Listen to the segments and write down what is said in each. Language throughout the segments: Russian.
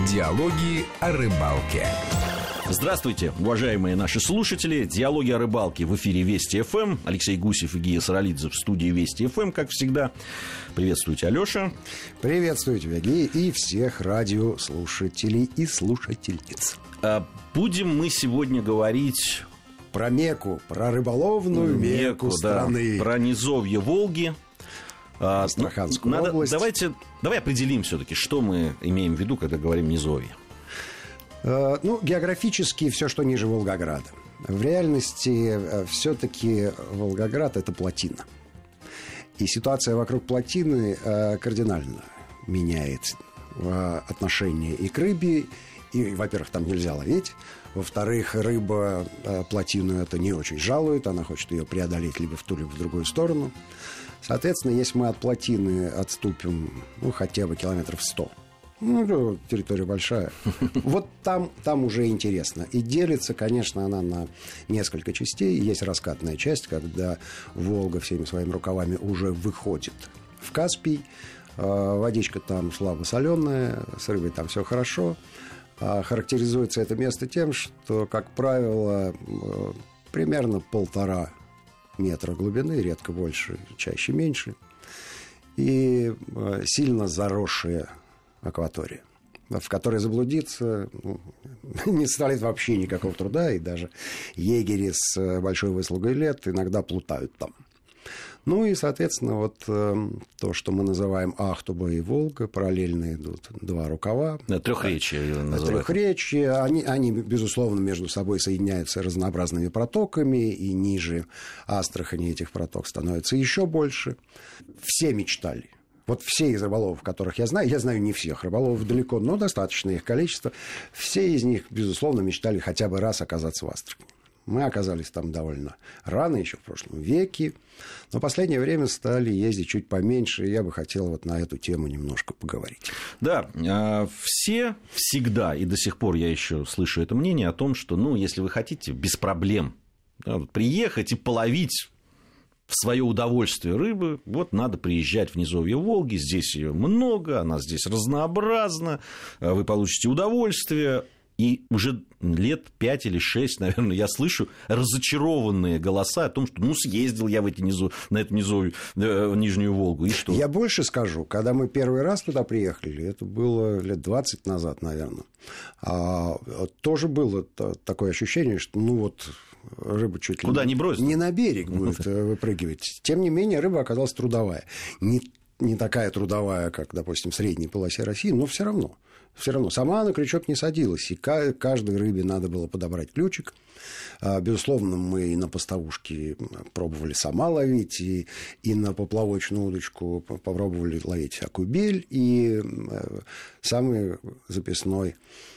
Диалоги о рыбалке. Здравствуйте, уважаемые наши слушатели. Диалоги о рыбалке в эфире Вести ФМ. Алексей Гусев и Гия Саралидзе в студии Вести ФМ, как всегда. Приветствуйте, Алеша. Приветствую тебя, Гия, и всех радиослушателей и слушательниц. Будем мы сегодня говорить про Мекку, про рыболовную Мекку страны. Да, про низовье Волги. Астраханскую область. Давай определим все-таки, что мы имеем в виду, когда говорим низовье. Географически все, что ниже Волгограда. В реальности все-таки Волгоград – это плотина. И ситуация вокруг плотины кардинально меняет отношение и к рыбе. И, во-первых, там нельзя ловить. Во-вторых, рыба плотину это не очень жалует. Она хочет ее преодолеть либо в ту, либо в другую сторону. Соответственно, если мы от плотины отступим хотя бы километров 100, территория большая. Вот там уже интересно. И делится, конечно, она на несколько частей. Есть раскатная часть, когда Волга всеми своими рукавами уже выходит в Каспий. Водичка там слабосоленая, с рыбой там все хорошо. Характеризуется это место тем, что, как правило, примерно 1,5 метра глубины, редко больше, чаще меньше. И сильно заросшая акватория, в которой заблудиться не составляет вообще никакого труда, и даже егери с большой выслугой лет иногда плутают там. И, соответственно, вот то, что мы называем Ахтуба и Волга, параллельно идут два рукава. Трехречье называют. Трехречье. Они, безусловно, между собой соединяются разнообразными протоками, и ниже Астрахани этих проток становится еще больше. Все мечтали. Вот все из рыболовов, которых я знаю не всех рыболовов далеко, но достаточное их количество, все из них, безусловно, мечтали хотя бы раз оказаться в Астрахани. Мы оказались там довольно рано, еще в прошлом веке, но в последнее время стали ездить чуть поменьше, и я бы хотел вот на эту тему немножко поговорить. Да, все всегда, и до сих пор я еще слышу это мнение о том, что, если вы хотите, без проблем приехать и половить в свое удовольствие рыбы, вот надо приезжать в низовье Волги, здесь ее много, она здесь разнообразна, вы получите удовольствие. И уже лет 5 или 6, наверное, я слышу разочарованные голоса о том, что съездил я на эту низовью, Нижнюю Волгу, и что? Я больше скажу, когда мы первый раз туда приехали, это было лет 20 назад, наверное, тоже было такое ощущение, что рыба чуть ли куда не бросит, не на берег будет выпрыгивать. Тем не менее, рыба оказалась трудовая. Не такая трудовая, как, допустим, в средней полосе России, но все равно. Сама на крючок не садилась, и каждой рыбе надо было подобрать ключик. Безусловно, мы и на поставушке пробовали сама ловить, и на поплавочную удочку попробовали ловить всякую бель, и самый записной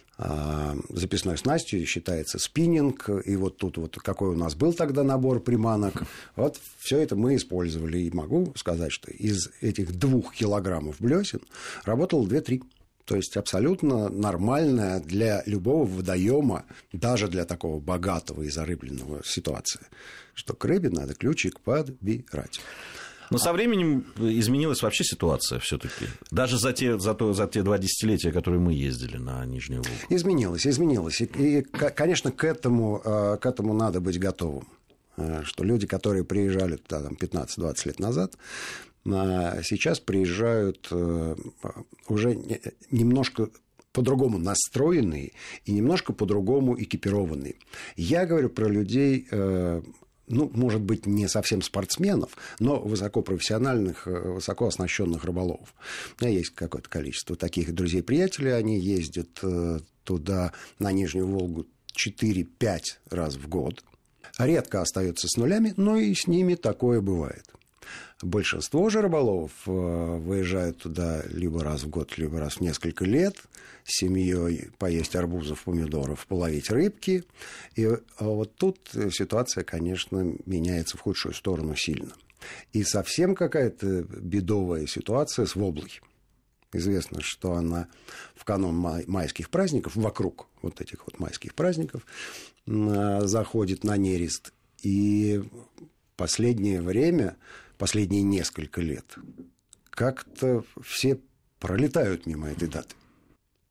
снастью считается спиннинг, и вот тут вот какой у нас был тогда набор приманок, вот все это мы использовали, и могу сказать, что из этих 2 килограммов блесен работало 2-3. То есть абсолютно нормальная для любого водоема, даже для такого богатого и зарыбленного ситуация, что к рыбе надо ключик подбирать. Но со временем изменилась вообще ситуация все-таки. Даже за те 2 десятилетия, которые мы ездили на Нижнюю Волгу. Изменилось. И, конечно, к этому надо быть готовым. Что люди, которые приезжали туда 15-20 лет назад, сейчас приезжают уже немножко по-другому настроенные и немножко по-другому экипированные. Я говорю про людей, может быть, не совсем спортсменов, но высокопрофессиональных, высоко оснащенных рыболовов. У меня есть какое-то количество таких друзей-приятелей, они ездят туда, на Нижнюю Волгу, 4-5 раз в год. Редко остаются с нулями, но и с ними такое бывает. Большинство же рыболовов выезжают туда либо раз в год, либо раз в несколько лет с семьей поесть арбузов, помидоров, половить рыбки. И вот тут ситуация, конечно, меняется в худшую сторону сильно. И совсем какая-то бедовая ситуация с воблой. Известно, что она в канун майских праздников, вокруг вот этих вот майских праздников, заходит на нерест. И последнее время, последние несколько лет, как-то все пролетают мимо этой даты.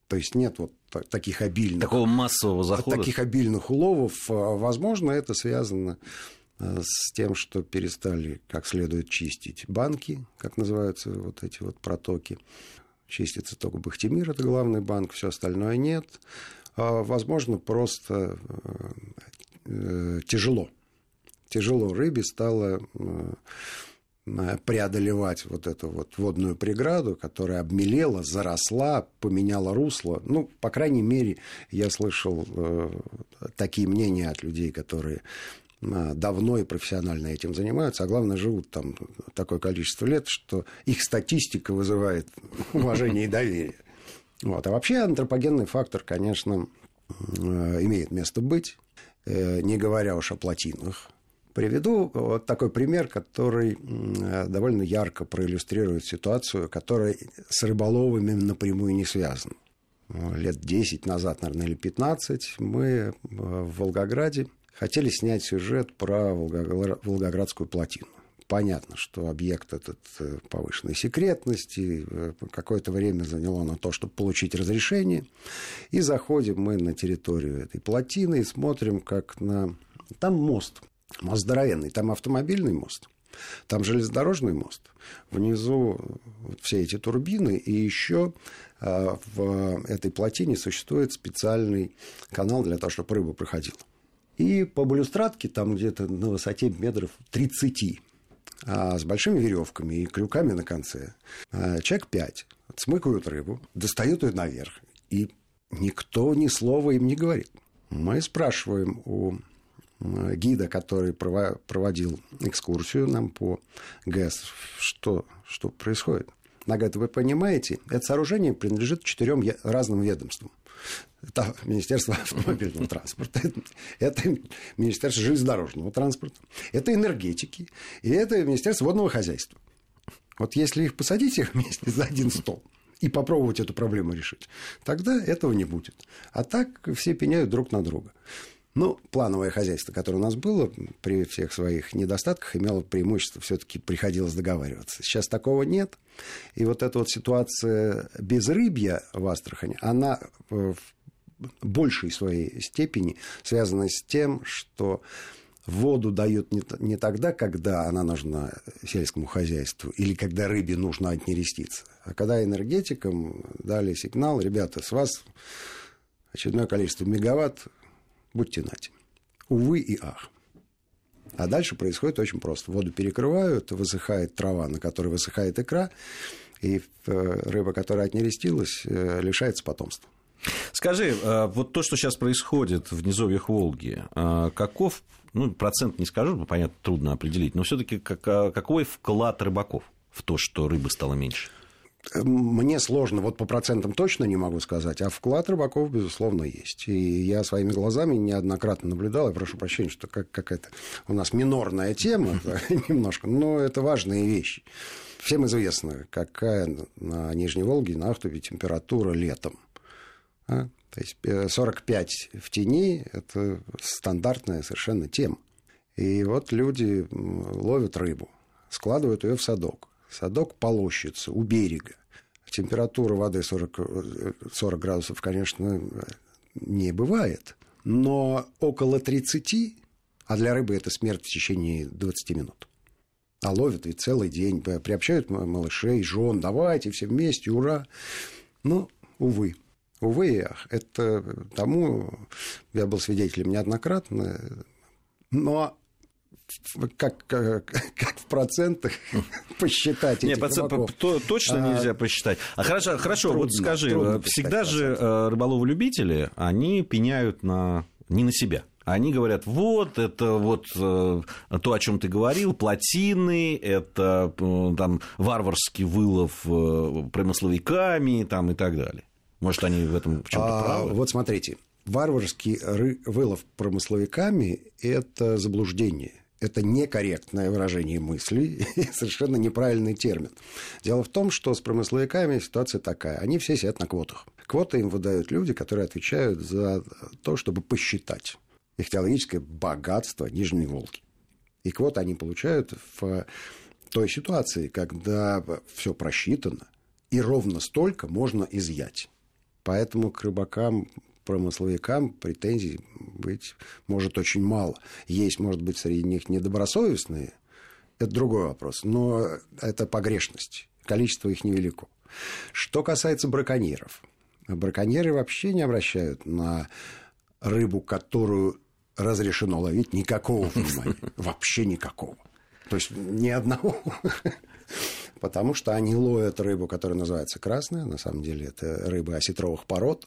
То есть нет вот таких обильных... Такого массового захода. Таких обильных уловов. Возможно, это связано с тем, что перестали как следует чистить банки, как называются вот эти вот протоки. Чистится только Бахтимир, это главный банк, все остальное нет. Возможно, просто тяжело. Тяжело рыбе стало преодолевать вот эту вот водную преграду, которая обмелела, заросла, поменяла русло. Ну, по крайней мере, я слышал такие мнения от людей, которые давно и профессионально этим занимаются, а главное, живут там такое количество лет, что их статистика вызывает уважение и доверие. Вот. А вообще антропогенный фактор, конечно, имеет место быть, не говоря уж о плотинах. Приведу вот такой пример, который довольно ярко проиллюстрирует ситуацию, которая с рыболовами напрямую не связана. Лет 10 назад, наверное, или 15, мы в Волгограде хотели снять сюжет про Волгоградскую плотину. Понятно, что объект этот повышенной секретности, какое-то время заняло на то, чтобы получить разрешение. И заходим мы на территорию этой плотины и смотрим, как на... Там мост здоровенный, там автомобильный мост, там железнодорожный мост. Внизу все эти турбины, и еще в этой плотине существует специальный канал для того, чтобы рыба проходила. И по балюстрадке, там где-то на высоте метров 30, с большими веревками и крюками на конце, человек 5 смыкают рыбу, достают ее наверх, и никто ни слова им не говорит. Мы спрашиваем у гида, который проводил экскурсию нам по ГЭС, что происходит. Она говорит: вы понимаете, это сооружение принадлежит 4 разным ведомствам. Это Министерство автомобильного транспорта, это Министерство железнодорожного транспорта, это энергетики, и это Министерство водного хозяйства. Вот если их посадить их вместе за один стол и попробовать эту проблему решить, тогда этого не будет. А так все пеняют друг на друга. Ну, плановое хозяйство, которое у нас было, при всех своих недостатках, имело преимущество, все-таки приходилось договариваться. Сейчас такого нет. И вот эта вот ситуация безрыбья в Астрахани, она в большей своей степени связана с тем, что воду дают не тогда, когда она нужна сельскому хозяйству, или когда рыбе нужно отнереститься, а когда энергетикам дали сигнал: ребята, с вас очередное количество мегаватт, будьте нате. Увы и ах. А дальше происходит очень просто. Воду перекрывают, высыхает трава, на которой высыхает икра, и рыба, которая отнерестилась, лишается потомства. Скажи, вот то, что сейчас происходит в низовьях Волги, каков, ну, процент не скажу, понятно, трудно определить, но все-таки какой вклад рыбаков в то, что рыбы стало меньше? Мне сложно, вот по процентам точно не могу сказать, а вклад рыбаков, безусловно, есть. И я своими глазами неоднократно наблюдал, я прошу прощения, что какая-то у нас минорная тема немножко, но это важные вещи. Всем известно, какая на Нижней Волге, на Ахтубе температура летом. То есть 45 в тени – это стандартная совершенно тема. И вот люди ловят рыбу, складывают ее в садок. Садок полощется у берега. Температура воды 40 градусов, конечно, не бывает, но около 30, а для рыбы это смерть в течение 20 минут. А ловят ведь целый день, приобщают малышей, жен, давайте все вместе, ура. Ну, увы. Увы и ах. Это тому я был свидетелем неоднократно, но... Как в процентах посчитать этих рыбаков? Точно нельзя посчитать. А хорошо, трудно, вот скажи, всегда же рыболовы-любители, они пеняют не на себя. Они говорят: вот, это вот то, о чем ты говорил, плотины, это там варварский вылов промысловиками там, и так далее. Может, они в этом в чем-то правы? Вот смотрите, варварский вылов промысловиками – это заблуждение. Это некорректное выражение мысли и совершенно неправильный термин. Дело в том, что с промысловиками ситуация такая. Они все сидят на квотах. Квоты им выдают люди, которые отвечают за то, чтобы посчитать ихтиологическое богатство Нижней Волги. И квоты они получают в той ситуации, когда все просчитано, и ровно столько можно изъять. Поэтому к рыбакам, промысловикам претензий быть может очень мало. Есть, может быть, среди них недобросовестные, это другой вопрос, но это погрешность, количество их невелико. Что касается браконьеров. Браконьеры вообще не обращают на рыбу, которую разрешено ловить, никакого внимания, вообще никакого. То есть ни одного. Потому что они ловят рыбу, которая называется красная. На самом деле это рыба осетровых пород.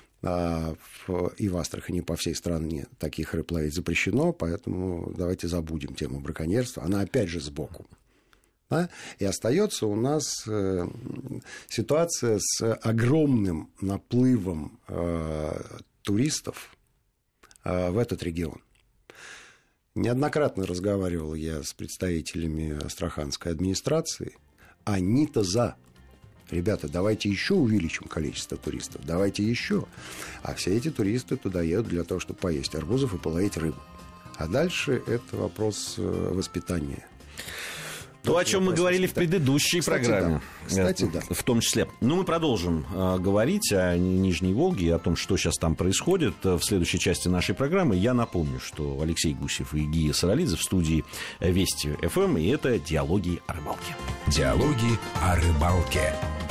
И в Астрахани по всей стране таких рыб ловить запрещено. Поэтому давайте забудем тему браконьерства. Она опять же сбоку. Да? И остается у нас ситуация с огромным наплывом туристов в этот регион. Неоднократно разговаривал я с представителями астраханской администрации. Они-то за. Ребята, давайте еще увеличим количество туристов. Давайте еще. А все эти туристы туда едут для того, чтобы поесть арбузов и половить рыбу. А дальше это вопрос воспитания. То, о чем мы говорили в предыдущей программе. Да. Кстати, да. В том числе. Но мы продолжим говорить о Нижней Волге, о том, что сейчас там происходит в следующей части нашей программы. Я напомню, что Алексей Гусев и Гия Саралидзе в студии Вести ФМ, и это «Диалоги о рыбалке». Диалоги о рыбалке.